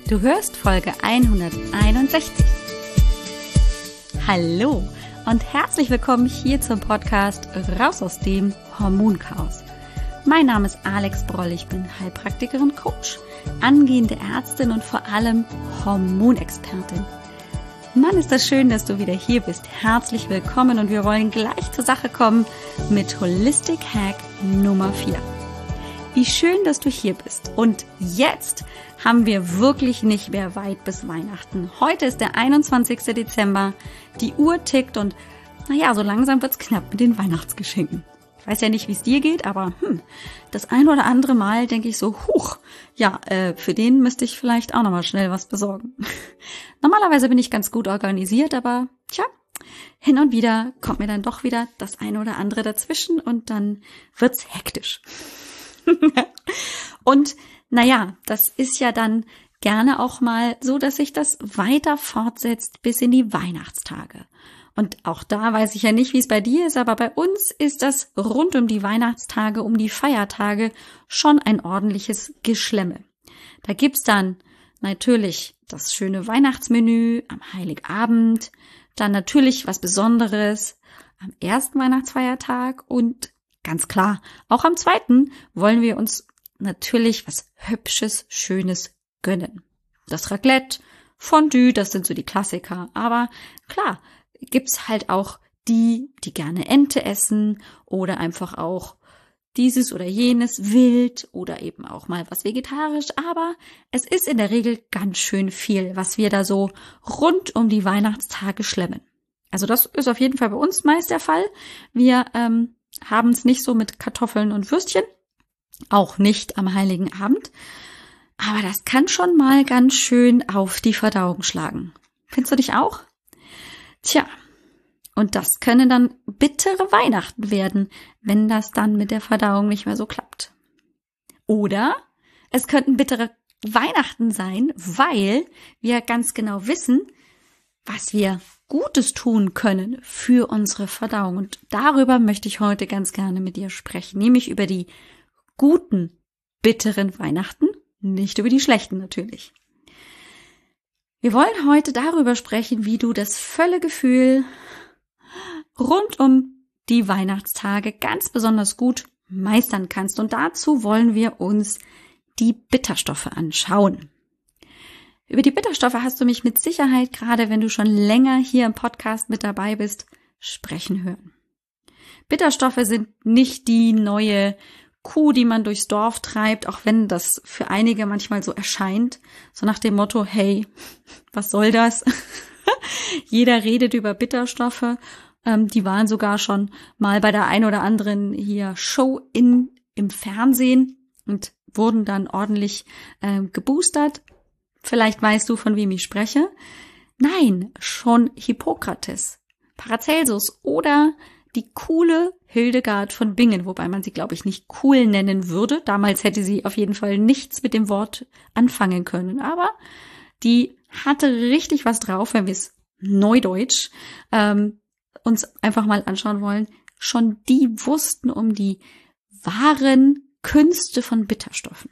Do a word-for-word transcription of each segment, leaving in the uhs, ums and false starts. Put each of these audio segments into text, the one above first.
Du hörst Folge hunderteinundsechzig. Hallo und herzlich willkommen hier zum Podcast Raus aus dem Hormonchaos. Mein Name ist Alex Broll, ich bin Heilpraktikerin, Coach, angehende Ärztin und vor allem Hormonexpertin. Mann, ist das schön, dass du wieder hier bist. Herzlich willkommen und wir wollen gleich zur Sache kommen mit Holistic Hack Nummer vier. Wie schön, dass du hier bist. Und jetzt haben wir wirklich nicht mehr weit bis Weihnachten. Heute ist der einundzwanzigster Dezember, die Uhr tickt und naja, so langsam wird's knapp mit den Weihnachtsgeschenken. Ich weiß ja nicht, wie es dir geht, aber hm, das ein oder andere Mal denke ich so, huch, ja, äh, für den müsste ich vielleicht auch nochmal schnell was besorgen. Normalerweise bin ich ganz gut organisiert, aber tja, hin und wieder kommt mir dann doch wieder das eine oder andere dazwischen und dann wird's hektisch. Und naja, das ist ja dann gerne auch mal so, dass sich das weiter fortsetzt bis in die Weihnachtstage. Und auch da weiß ich ja nicht, wie es bei dir ist, aber bei uns ist das rund um die Weihnachtstage, um die Feiertage schon ein ordentliches Geschlemme. Da gibt's dann natürlich das schöne Weihnachtsmenü am Heiligabend, dann natürlich was Besonderes am ersten Weihnachtsfeiertag und ganz klar, auch am zweiten wollen wir uns natürlich was Hübsches, Schönes gönnen. Das Raclette, Fondue, das sind so die Klassiker. Aber klar, gibt's halt auch die, die gerne Ente essen oder einfach auch dieses oder jenes wild oder eben auch mal was vegetarisch. Aber es ist in der Regel ganz schön viel, was wir da so rund um die Weihnachtstage schlemmen. Also das ist auf jeden Fall bei uns meist der Fall. Wir ähm, haben es nicht so mit Kartoffeln und Würstchen, auch nicht am Heiligen Abend, aber das kann schon mal ganz schön auf die Verdauung schlagen. Findest du dich auch? Tja, und das können dann bittere Weihnachten werden, wenn das dann mit der Verdauung nicht mehr so klappt. Oder es könnten bittere Weihnachten sein, weil wir ganz genau wissen, was wir Gutes tun können für unsere Verdauung. Und darüber möchte ich heute ganz gerne mit dir sprechen, nämlich über die guten, bitteren Weihnachten, nicht über die schlechten natürlich. Wir wollen heute darüber sprechen, wie du das Völlegefühl rund um die Weihnachtstage ganz besonders gut meistern kannst. Und dazu wollen wir uns die Bitterstoffe anschauen. Über die Bitterstoffe hast du mich mit Sicherheit, gerade wenn du schon länger hier im Podcast mit dabei bist, sprechen hören. Bitterstoffe sind nicht die neue Kuh, die man durchs Dorf treibt, auch wenn das für einige manchmal so erscheint, so nach dem Motto, hey, was soll das? Jeder redet über Bitterstoffe. Ähm, die waren sogar schon mal bei der ein oder anderen hier Show in im Fernsehen und wurden dann ordentlich ähm, geboostert. Vielleicht weißt du, von wem ich spreche. Nein, schon Hippokrates, Paracelsus oder die coole Hildegard von Bingen, wobei man sie, glaube ich, nicht cool nennen würde. Damals hätte sie auf jeden Fall nichts mit dem Wort anfangen können. Aber die hatte richtig was drauf, wenn wir es neudeutsch ähm, uns einfach mal anschauen wollen. Schon die wussten um die wahren Künste von Bitterstoffen.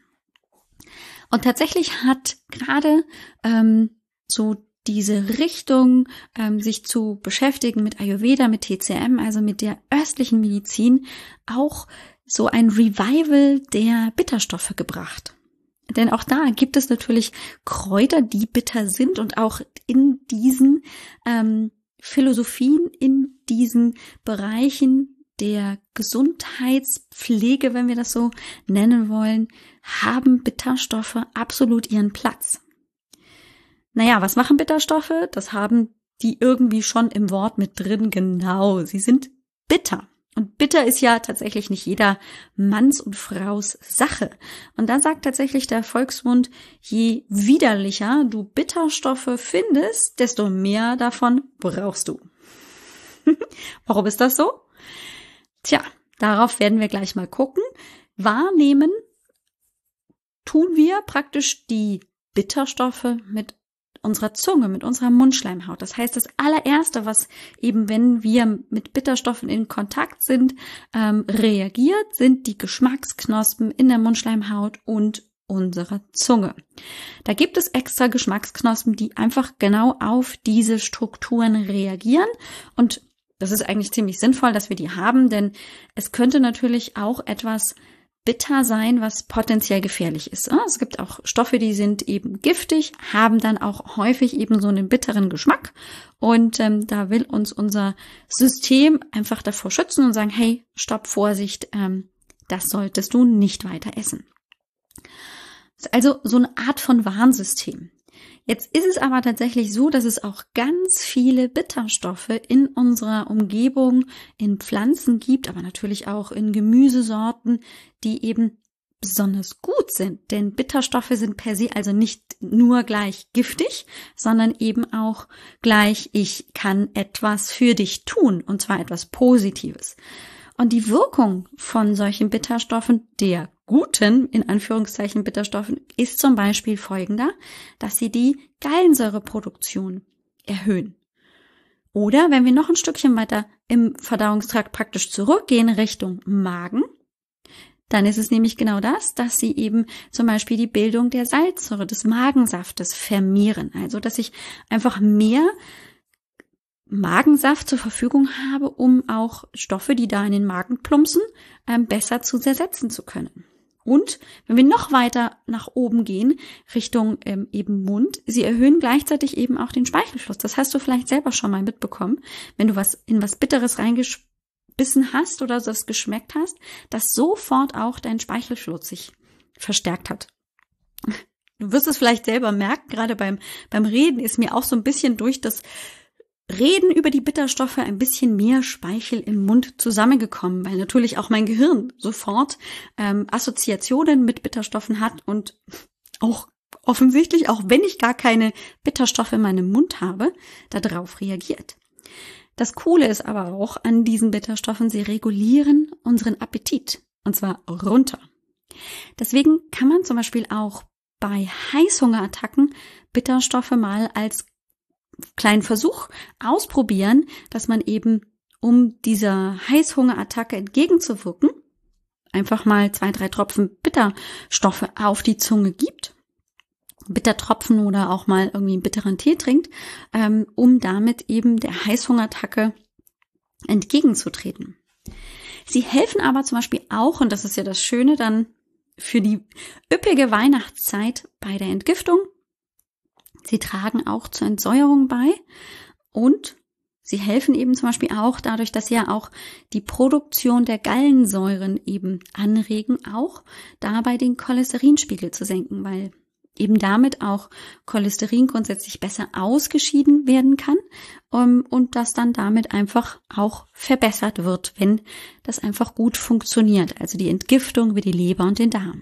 Und tatsächlich hat gerade ähm, so diese Richtung, ähm, sich zu beschäftigen mit Ayurveda, mit T C M, also mit der östlichen Medizin, auch so ein Revival der Bitterstoffe gebracht. Denn auch da gibt es natürlich Kräuter, die bitter sind und auch in diesen ähm, Philosophien, in diesen Bereichen der Gesundheitspflege, wenn wir das so nennen wollen, haben Bitterstoffe absolut ihren Platz. Naja, was machen Bitterstoffe? Das haben die irgendwie schon im Wort mit drin. Genau, sie sind bitter. Und bitter ist ja tatsächlich nicht jeder Manns und Fraus Sache. Und da sagt tatsächlich der Volksmund, je widerlicher du Bitterstoffe findest, desto mehr davon brauchst du. Warum ist das so? Tja, darauf werden wir gleich mal gucken. Wahrnehmen tun wir praktisch die Bitterstoffe mit unserer Zunge, mit unserer Mundschleimhaut. Das heißt, das allererste, was eben, wenn wir mit Bitterstoffen in Kontakt sind, ähm, reagiert, sind die Geschmacksknospen in der Mundschleimhaut und unserer Zunge. Da gibt es extra Geschmacksknospen, die einfach genau auf diese Strukturen reagieren, und das ist eigentlich ziemlich sinnvoll, dass wir die haben, denn es könnte natürlich auch etwas bitter sein, was potenziell gefährlich ist. Es gibt auch Stoffe, die sind eben giftig, haben dann auch häufig eben so einen bitteren Geschmack, und ähm, da will uns unser System einfach davor schützen und sagen, hey, stopp, Vorsicht, ähm, das solltest du nicht weiter essen. Das ist also so eine Art von Warnsystem. Jetzt ist es aber tatsächlich so, dass es auch ganz viele Bitterstoffe in unserer Umgebung, in Pflanzen gibt, aber natürlich auch in Gemüsesorten, die eben besonders gut sind. Denn Bitterstoffe sind per se also nicht nur gleich giftig, sondern eben auch gleich, ich kann etwas für dich tun, und zwar etwas Positives. Und die Wirkung von solchen Bitterstoffen, der guten, in Anführungszeichen, Bitterstoffen, ist zum Beispiel folgender, dass sie die Gallensäureproduktion erhöhen. Oder wenn wir noch ein Stückchen weiter im Verdauungstrakt praktisch zurückgehen Richtung Magen, dann ist es nämlich genau das, dass sie eben zum Beispiel die Bildung der Salzsäure, des Magensaftes vermehren. Also, dass ich einfach mehr Magensaft zur Verfügung habe, um auch Stoffe, die da in den Magen plumpsen, ähm, besser zu zersetzen zu können. Und wenn wir noch weiter nach oben gehen, Richtung ähm, eben Mund, sie erhöhen gleichzeitig eben auch den Speichelfluss. Das hast du vielleicht selber schon mal mitbekommen, wenn du was in was Bitteres reingebissen hast oder das geschmeckt hast, dass sofort auch dein Speichelfluss sich verstärkt hat. Du wirst es vielleicht selber merken, gerade beim beim Reden ist mir auch so ein bisschen durch das Reden über die Bitterstoffe ein bisschen mehr Speichel im Mund zusammengekommen, weil natürlich auch mein Gehirn sofort ähm, Assoziationen mit Bitterstoffen hat und auch offensichtlich, auch wenn ich gar keine Bitterstoffe in meinem Mund habe, darauf reagiert. Das Coole ist aber auch an diesen Bitterstoffen, sie regulieren unseren Appetit, und zwar runter. Deswegen kann man zum Beispiel auch bei Heißhungerattacken Bitterstoffe mal als kleinen Versuch ausprobieren, dass man eben, um dieser Heißhungerattacke entgegenzuwirken, einfach mal zwei, drei Tropfen Bitterstoffe auf die Zunge gibt, Bittertropfen oder auch mal irgendwie einen bitteren Tee trinkt, ähm, um damit eben der Heißhungerattacke entgegenzutreten. Sie helfen aber zum Beispiel auch, und das ist ja das Schöne dann für die üppige Weihnachtszeit bei der Entgiftung, sie tragen auch zur Entsäuerung bei, und sie helfen eben zum Beispiel auch dadurch, dass sie ja auch die Produktion der Gallensäuren eben anregen, auch dabei den Cholesterinspiegel zu senken, weil eben damit auch Cholesterin grundsätzlich besser ausgeschieden werden kann, um, und das dann damit einfach auch verbessert wird, wenn das einfach gut funktioniert, also die Entgiftung über die Leber und den Darm.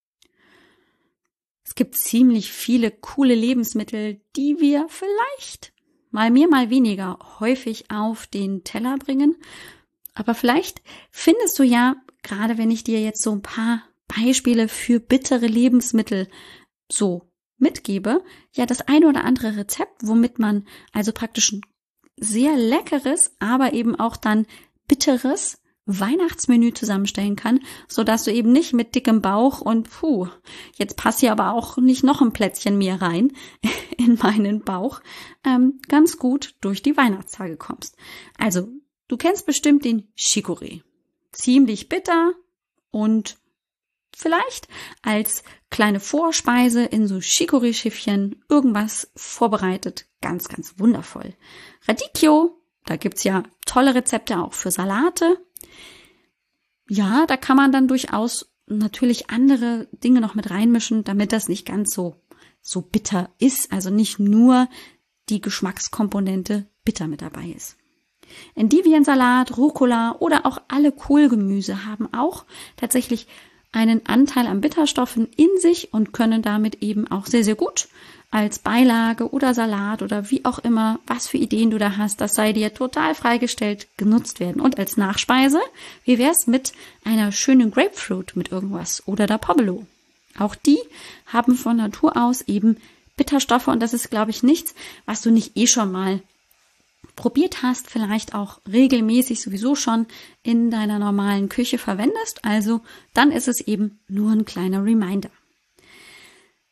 Es gibt ziemlich viele coole Lebensmittel, die wir vielleicht mal mehr, mal weniger häufig auf den Teller bringen. Aber vielleicht findest du ja, gerade wenn ich dir jetzt so ein paar Beispiele für bittere Lebensmittel so mitgebe, ja das eine oder andere Rezept, womit man also praktisch ein sehr leckeres, aber eben auch dann bitteres Weihnachtsmenü zusammenstellen kann, so dass du eben nicht mit dickem Bauch und puh, jetzt passt hier aber auch nicht noch ein Plätzchen mehr rein in meinen Bauch, ähm, ganz gut durch die Weihnachtstage kommst. Also, du kennst bestimmt den Chicorée. Ziemlich bitter und vielleicht als kleine Vorspeise in so Chicorée-Schiffchen irgendwas vorbereitet. Ganz, ganz wundervoll. Radicchio, da gibt's ja tolle Rezepte auch für Salate. Ja, da kann man dann durchaus natürlich andere Dinge noch mit reinmischen, damit das nicht ganz so, so bitter ist. Also nicht nur die Geschmackskomponente bitter mit dabei ist. Endiviensalat, Rucola oder auch alle Kohlgemüse haben auch tatsächlich einen Anteil an Bitterstoffen in sich und können damit eben auch sehr, sehr gut als Beilage oder Salat oder wie auch immer, was für Ideen du da hast, das sei dir total freigestellt, genutzt werden. Und als Nachspeise, wie wär's mit einer schönen Grapefruit mit irgendwas oder der Pomelo? Auch die haben von Natur aus eben Bitterstoffe, und das ist, glaube ich, nichts, was du nicht eh schon mal probiert hast, vielleicht auch regelmäßig sowieso schon in deiner normalen Küche verwendest. Also dann ist es eben nur ein kleiner Reminder.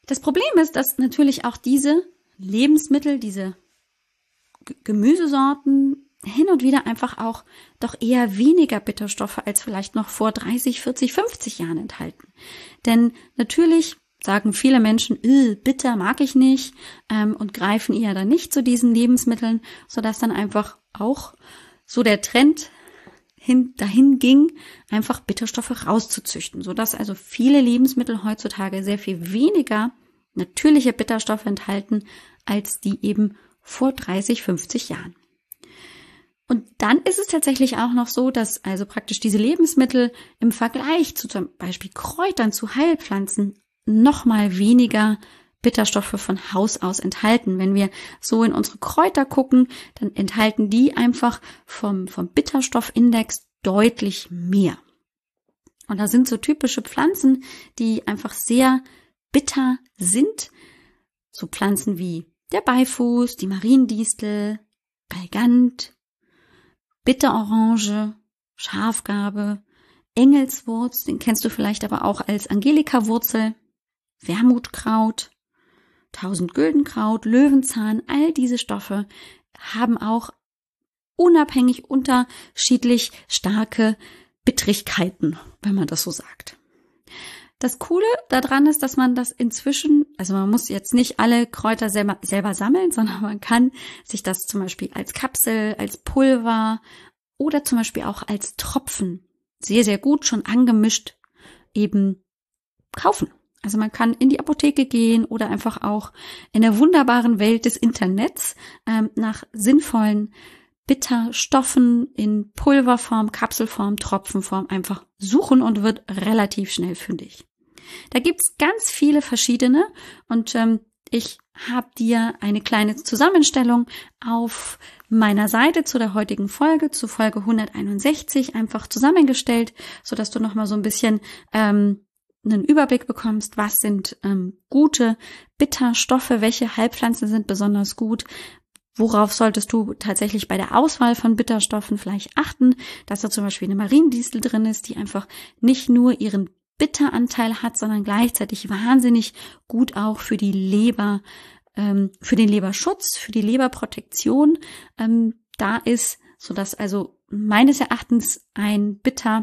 Das Problem ist, dass natürlich auch diese Lebensmittel, diese G- Gemüsesorten hin und wieder einfach auch doch eher weniger Bitterstoffe als vielleicht noch vor dreißig, vierzig, fünfzig Jahren enthalten. Denn natürlich sagen viele Menschen, bitter mag ich nicht, ähm, und greifen eher dann nicht zu diesen Lebensmitteln, sodass dann einfach auch so der Trend hin, dahin ging, einfach Bitterstoffe rauszuzüchten, sodass also viele Lebensmittel heutzutage sehr viel weniger natürliche Bitterstoffe enthalten, als die eben vor dreißig, fünfzig Jahren. Und dann ist es tatsächlich auch noch so, dass also praktisch diese Lebensmittel im Vergleich zu zum Beispiel Kräutern, zu Heilpflanzen noch mal weniger Bitterstoffe von Haus aus enthalten. Wenn wir so in unsere Kräuter gucken, dann enthalten die einfach vom, vom Bitterstoffindex deutlich mehr. Und da sind so typische Pflanzen, die einfach sehr bitter sind. So Pflanzen wie der Beifuß, die Mariendistel, Galgant, Bitterorange, Schafgarbe, Engelswurz, den kennst du vielleicht aber auch als Angelikawurzel, Wermutkraut, Tausendgüldenkraut, Löwenzahn, all diese Stoffe haben auch unabhängig unterschiedlich starke Bittrigkeiten, wenn man das so sagt. Das Coole daran ist, dass man das inzwischen, also man muss jetzt nicht alle Kräuter selber, selber sammeln, sondern man kann sich das zum Beispiel als Kapsel, als Pulver oder zum Beispiel auch als Tropfen sehr, sehr gut schon angemischt eben kaufen. Also man kann in die Apotheke gehen oder einfach auch in der wunderbaren Welt des Internets ähm, nach sinnvollen Bitterstoffen in Pulverform, Kapselform, Tropfenform einfach suchen und wird relativ schnell fündig. Da gibt's ganz viele verschiedene und ähm, ich habe dir eine kleine Zusammenstellung auf meiner Seite zu der heutigen Folge, zu Folge hunderteinundsechzig einfach zusammengestellt, sodass du nochmal so ein bisschen ähm, einen Überblick bekommst, was sind ähm, gute Bitterstoffe, welche Heilpflanzen sind besonders gut, worauf solltest du tatsächlich bei der Auswahl von Bitterstoffen vielleicht achten, dass da zum Beispiel eine Mariendistel drin ist, die einfach nicht nur ihren Bitteranteil hat, sondern gleichzeitig wahnsinnig gut auch für die Leber, ähm, für den Leberschutz, für die Leberprotektion ähm, da ist, sodass also meines Erachtens ein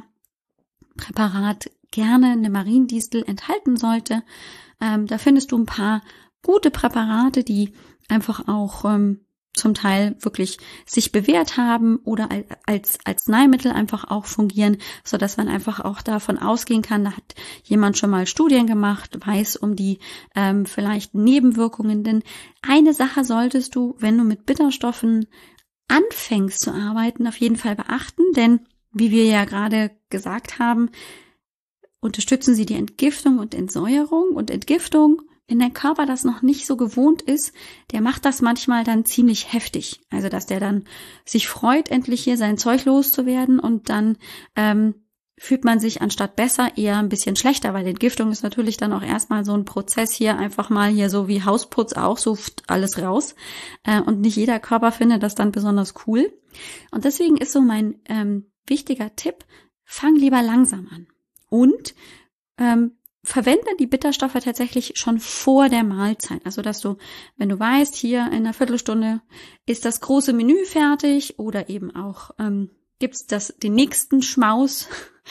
Bitterpräparat gerne eine Mariendistel enthalten sollte. Ähm, da findest du ein paar gute Präparate, die einfach auch ähm, zum Teil wirklich sich bewährt haben oder als Arzneimittel einfach auch fungieren, so dass man einfach auch davon ausgehen kann, da hat jemand schon mal Studien gemacht, weiß um die ähm, vielleicht Nebenwirkungen. Denn eine Sache solltest du, wenn du mit Bitterstoffen anfängst zu arbeiten, auf jeden Fall beachten, denn wie wir ja gerade gesagt haben, unterstützen sie die Entgiftung und Entsäuerung und Entgiftung. Wenn der Körper das noch nicht so gewohnt ist, der macht das manchmal dann ziemlich heftig. Also, dass der dann sich freut, endlich hier sein Zeug loszuwerden und dann ähm, fühlt man sich anstatt besser eher ein bisschen schlechter, weil Entgiftung ist natürlich dann auch erstmal so ein Prozess hier, einfach mal hier so wie Hausputz auch, so alles raus. Äh, und nicht jeder Körper findet das dann besonders cool. Und deswegen ist so mein ähm, wichtiger Tipp, fang lieber langsam an. Und ähm, verwende die Bitterstoffe tatsächlich schon vor der Mahlzeit. Also, dass du, wenn du weißt, hier in einer Viertelstunde ist das große Menü fertig oder eben auch ähm, gibt's das den nächsten Schmaus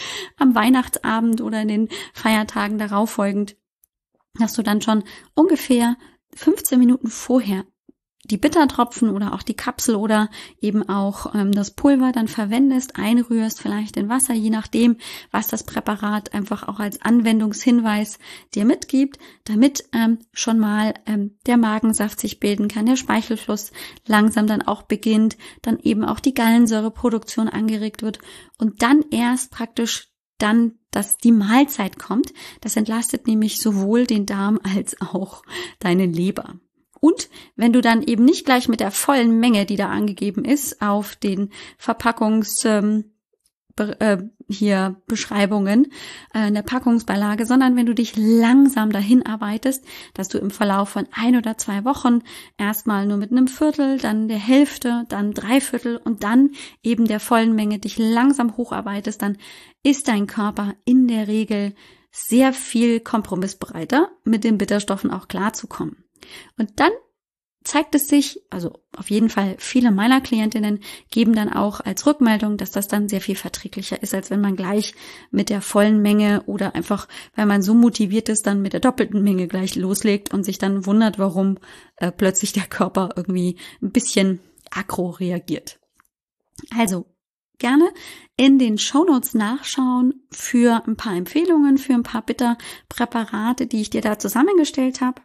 am Weihnachtsabend oder in den Feiertagen darauf folgend, dass du dann schon ungefähr fünfzehn Minuten vorher die Bittertropfen oder auch die Kapsel oder eben auch ähm, das Pulver dann verwendest, einrührst, vielleicht in Wasser, je nachdem, was das Präparat einfach auch als Anwendungshinweis dir mitgibt, damit ähm, schon mal ähm, der Magensaft sich bilden kann, der Speichelfluss langsam dann auch beginnt, dann eben auch die Gallensäureproduktion angeregt wird und dann erst praktisch dann, dass die Mahlzeit kommt. Das entlastet nämlich sowohl den Darm als auch deine Leber. Und wenn du dann eben nicht gleich mit der vollen Menge, die da angegeben ist, auf den Verpackungs ähm, be, äh, hier Beschreibungen äh, in der Packungsbeilage, sondern wenn du dich langsam dahin arbeitest, dass du im Verlauf von ein oder zwei Wochen erstmal nur mit einem Viertel, dann der Hälfte, dann drei Viertel und dann eben der vollen Menge dich langsam hocharbeitest, dann ist dein Körper in der Regel sehr viel kompromissbereiter, mit den Bitterstoffen auch klarzukommen. Und dann zeigt es sich, also auf jeden Fall viele meiner Klientinnen geben dann auch als Rückmeldung, dass das dann sehr viel verträglicher ist, als wenn man gleich mit der vollen Menge oder einfach, weil man so motiviert ist, dann mit der doppelten Menge gleich loslegt und sich dann wundert, warum äh, plötzlich der Körper irgendwie ein bisschen aggro reagiert. Also gerne in den Shownotes nachschauen für ein paar Empfehlungen, für ein paar Bitterpräparate, die ich dir da zusammengestellt habe.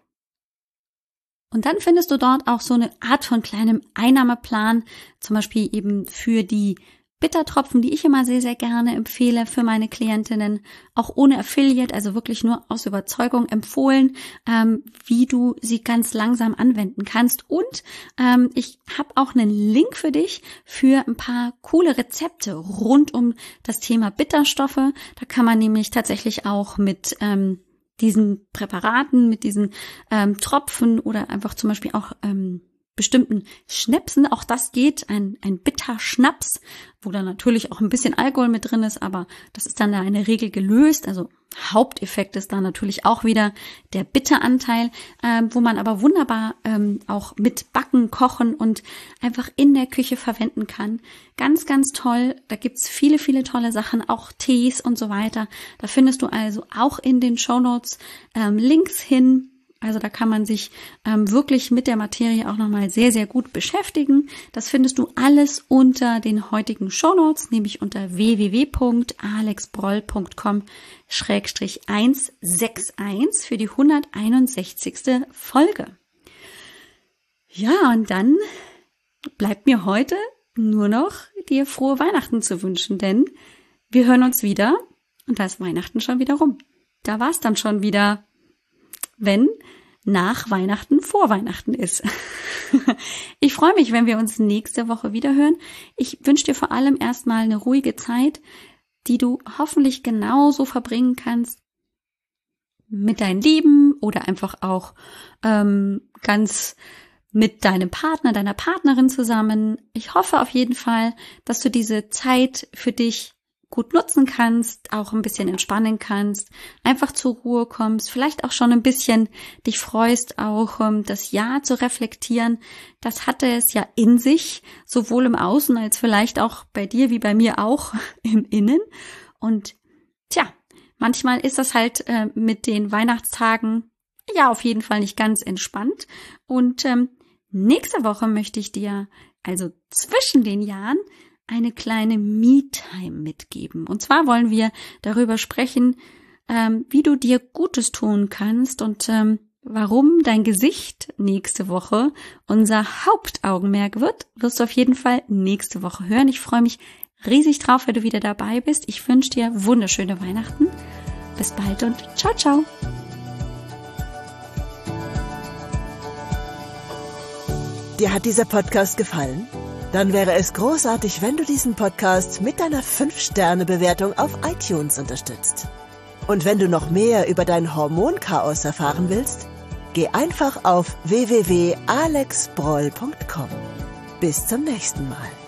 Und dann findest du dort auch so eine Art von kleinem Einnahmeplan, zum Beispiel eben für die Bittertropfen, die ich immer sehr, sehr gerne empfehle für meine Klientinnen, auch ohne Affiliate, also wirklich nur aus Überzeugung empfohlen, ähm, wie du sie ganz langsam anwenden kannst. Und ähm, ich habe auch einen Link für dich für ein paar coole Rezepte rund um das Thema Bitterstoffe. Da kann man nämlich tatsächlich auch mit ähm, diesen Präparaten, mit diesen ähm, Tropfen oder einfach zum Beispiel auch ähm, bestimmten Schnäpsen, auch das geht, ein, ein Bitterschnaps, wo da natürlich auch ein bisschen Alkohol mit drin ist, aber das ist dann da in der Regel gelöst, also Haupteffekt ist da natürlich auch wieder der Bitteranteil, ähm, wo man aber wunderbar ähm, auch mit Backen, Kochen und einfach in der Küche verwenden kann. Ganz, ganz toll, da gibt's viele, viele tolle Sachen, auch Tees und so weiter. Da findest du also auch in den Shownotes ähm, Links hin. Also da kann man sich ähm, wirklich mit der Materie auch nochmal sehr, sehr gut beschäftigen. Das findest du alles unter den heutigen Shownotes, nämlich unter w w w punkt alexbroll punkt com schrägstrich hundertsechsundsechzig für die hunderteinundsechzigste Folge. Ja, und dann bleibt mir heute nur noch dir frohe Weihnachten zu wünschen, denn wir hören uns wieder und da ist Weihnachten schon wieder rum. Da war es dann schon wieder, wenn nach Weihnachten vor Weihnachten ist. Ich freue mich, wenn wir uns nächste Woche wieder hören. Ich wünsche dir vor allem erstmal eine ruhige Zeit, die du hoffentlich genauso verbringen kannst mit deinen Lieben oder einfach auch ähm, ganz mit deinem Partner, deiner Partnerin zusammen. Ich hoffe auf jeden Fall, dass du diese Zeit für dich gut nutzen kannst, auch ein bisschen entspannen kannst, einfach zur Ruhe kommst, vielleicht auch schon ein bisschen dich freust, auch um, das Jahr zu reflektieren. Das hatte es ja in sich, sowohl im Außen als vielleicht auch bei dir wie bei mir auch im Innen. Und tja, manchmal ist das halt äh, mit den Weihnachtstagen ja auf jeden Fall nicht ganz entspannt. Und ähm, nächste Woche möchte ich dir also zwischen den Jahren eine kleine Me-Time mitgeben. Und zwar wollen wir darüber sprechen, ähm, wie du dir Gutes tun kannst und ähm, warum dein Gesicht nächste Woche unser Hauptaugenmerk wird, wirst du auf jeden Fall nächste Woche hören. Ich freue mich riesig drauf, wenn du wieder dabei bist. Ich wünsche dir wunderschöne Weihnachten. Bis bald und ciao, ciao. Dir hat dieser Podcast gefallen? Dann wäre es großartig, wenn du diesen Podcast mit deiner fünf Sterne Bewertung auf iTunes unterstützt. Und wenn du noch mehr über dein Hormonchaos erfahren willst, geh einfach auf w w w punkt alexbroll punkt com. Bis zum nächsten Mal.